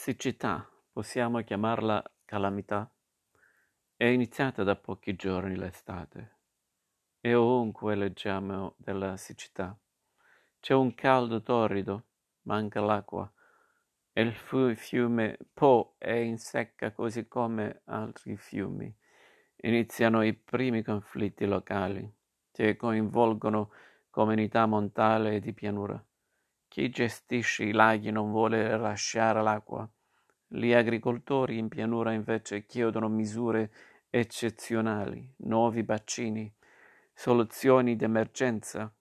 Siccità, possiamo chiamarla calamità, è iniziata da pochi giorni l'estate e ovunque leggiamo della siccità. C'è un caldo torrido, manca l'acqua e il fiume Po è in secca così come altri fiumi. Iniziano i primi conflitti locali che coinvolgono comunità montane e di pianura. Chi gestisce i laghi non vuole lasciare l'acqua. Gli agricoltori in pianura invece chiedono misure eccezionali, nuovi bacini, soluzioni d'emergenza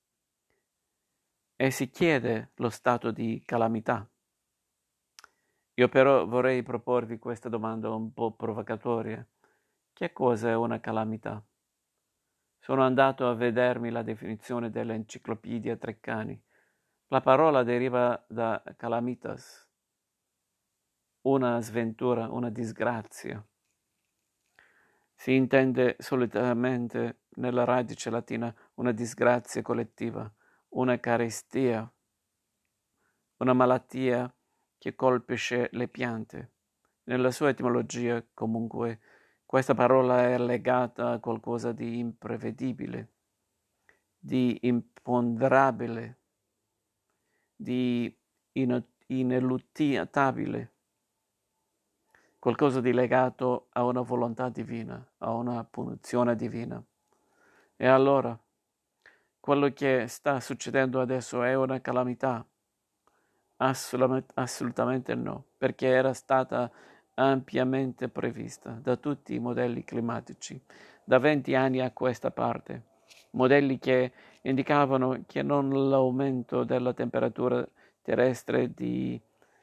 e si chiede lo stato di calamità. Io però vorrei proporvi questa domanda un po' provocatoria. Che cosa è una calamità? Sono andato a vedermi la definizione dell'Enciclopedia Treccani. La parola deriva da calamitas, una sventura, una disgrazia. Si intende solitamente nella radice latina una disgrazia collettiva, una carestia, una malattia che colpisce le piante. Nella sua etimologia, comunque, questa parola è legata a qualcosa di imprevedibile, di imponderabile, di ineluttabile, qualcosa di legato a una volontà divina, a una punizione divina. E allora, quello che sta succedendo adesso è una calamità? Assolutamente no, perché era stata ampiamente prevista da tutti i modelli climatici da 20 anni a questa parte, modelli che indicavano che non l'aumento della temperatura terrestre di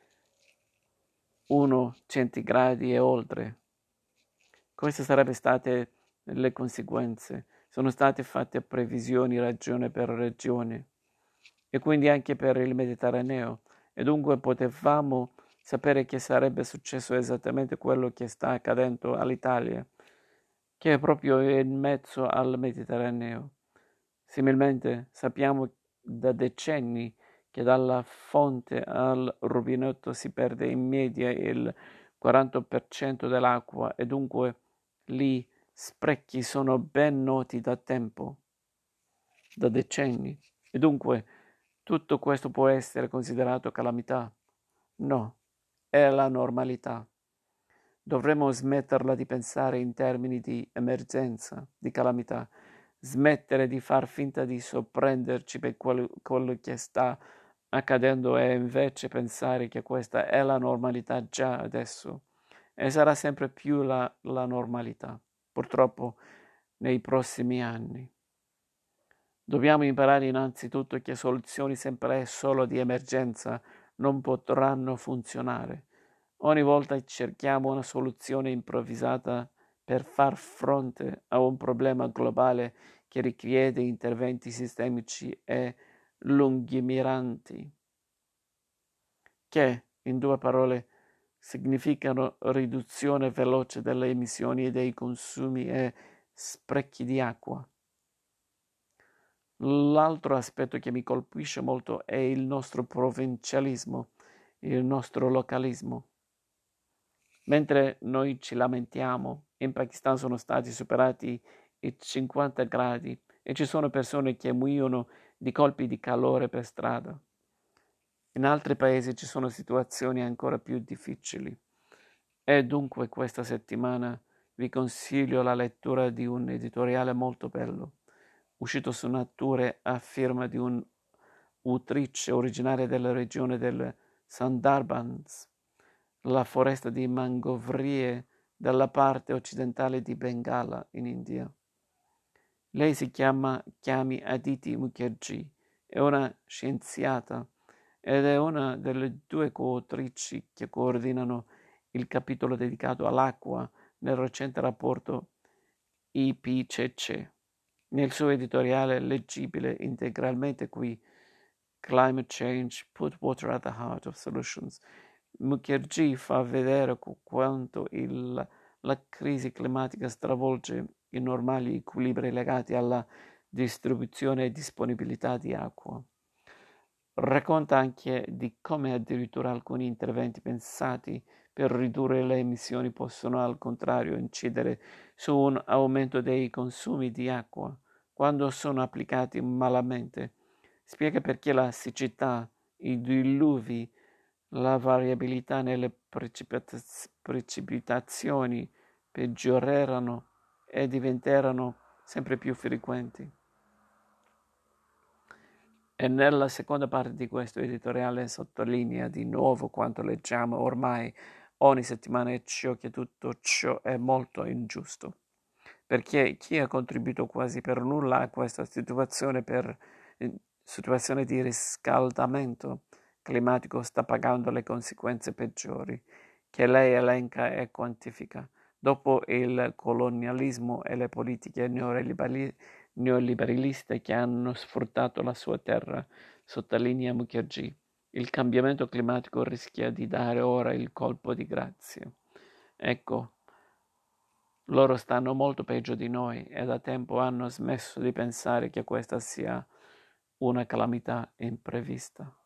1 centigradi e oltre. Queste sarebbero state le conseguenze. Sono state fatte previsioni regione per regione e quindi anche per il Mediterraneo e dunque potevamo sapere che sarebbe successo esattamente quello che sta accadendo all'Italia, che è proprio in mezzo al Mediterraneo. Similmente sappiamo da decenni che dalla fonte al rubinetto si perde in media il 40% dell'acqua e dunque gli sprechi sono ben noti da tempo, da decenni. E dunque tutto questo può essere considerato calamità? No, è la normalità. Dovremmo smetterla di pensare in termini di emergenza, di calamità, smettere di far finta di sorprenderci per quello che sta accadendo e invece pensare che questa è la normalità già adesso e sarà sempre più la normalità, purtroppo, nei prossimi anni. Dobbiamo imparare innanzitutto che soluzioni sempre solo di emergenza non potranno funzionare. Ogni volta cerchiamo una soluzione improvvisata per far fronte a un problema globale che richiede interventi sistemici e lungimiranti, che, in due parole, significano riduzione veloce delle emissioni e dei consumi e sprechi di acqua. L'altro aspetto che mi colpisce molto è il nostro provincialismo, il nostro localismo. Mentre noi ci lamentiamo, in Pakistan sono stati superati i 50 gradi e ci sono persone che muoiono di colpi di calore per strada. In altri paesi ci sono situazioni ancora più difficili. E dunque questa settimana vi consiglio la lettura di un editoriale molto bello, uscito su Nature a firma di un'autrice originaria della regione del Sundarbans, la foresta di mangovrie dalla parte occidentale di Bengala in India. Lei si chiama Kyami Aditi Mukherjee, è una scienziata ed è una delle due coautrici che coordinano il capitolo dedicato all'acqua nel recente rapporto IPCC. Nel suo editoriale leggibile integralmente qui, Climate Change, Put Water at the Heart of Solutions, Mukherjee fa vedere quanto la crisi climatica stravolge i normali equilibri legati alla distribuzione e disponibilità di acqua, Racconta anche di come addirittura alcuni interventi pensati per ridurre le emissioni possono al contrario incidere su un aumento dei consumi di acqua quando sono applicati malamente. Spiega perché la siccità, i diluvi, la variabilità nelle precipitazioni peggioreranno e diventeranno sempre più frequenti. E nella seconda parte di questo editoriale sottolinea di nuovo quanto leggiamo ormai ogni settimana e ciò che tutto ciò è molto ingiusto, perché chi ha contribuito quasi per nulla a questa situazione di riscaldamento climatico sta pagando le conseguenze peggiori, che lei elenca e quantifica. Dopo il colonialismo e le politiche neoliberaliste che hanno sfruttato la sua terra, sottolinea Mukherjee, il cambiamento climatico rischia di dare ora il colpo di grazia. Ecco, loro stanno molto peggio di noi e da tempo hanno smesso di pensare che questa sia una calamità imprevista.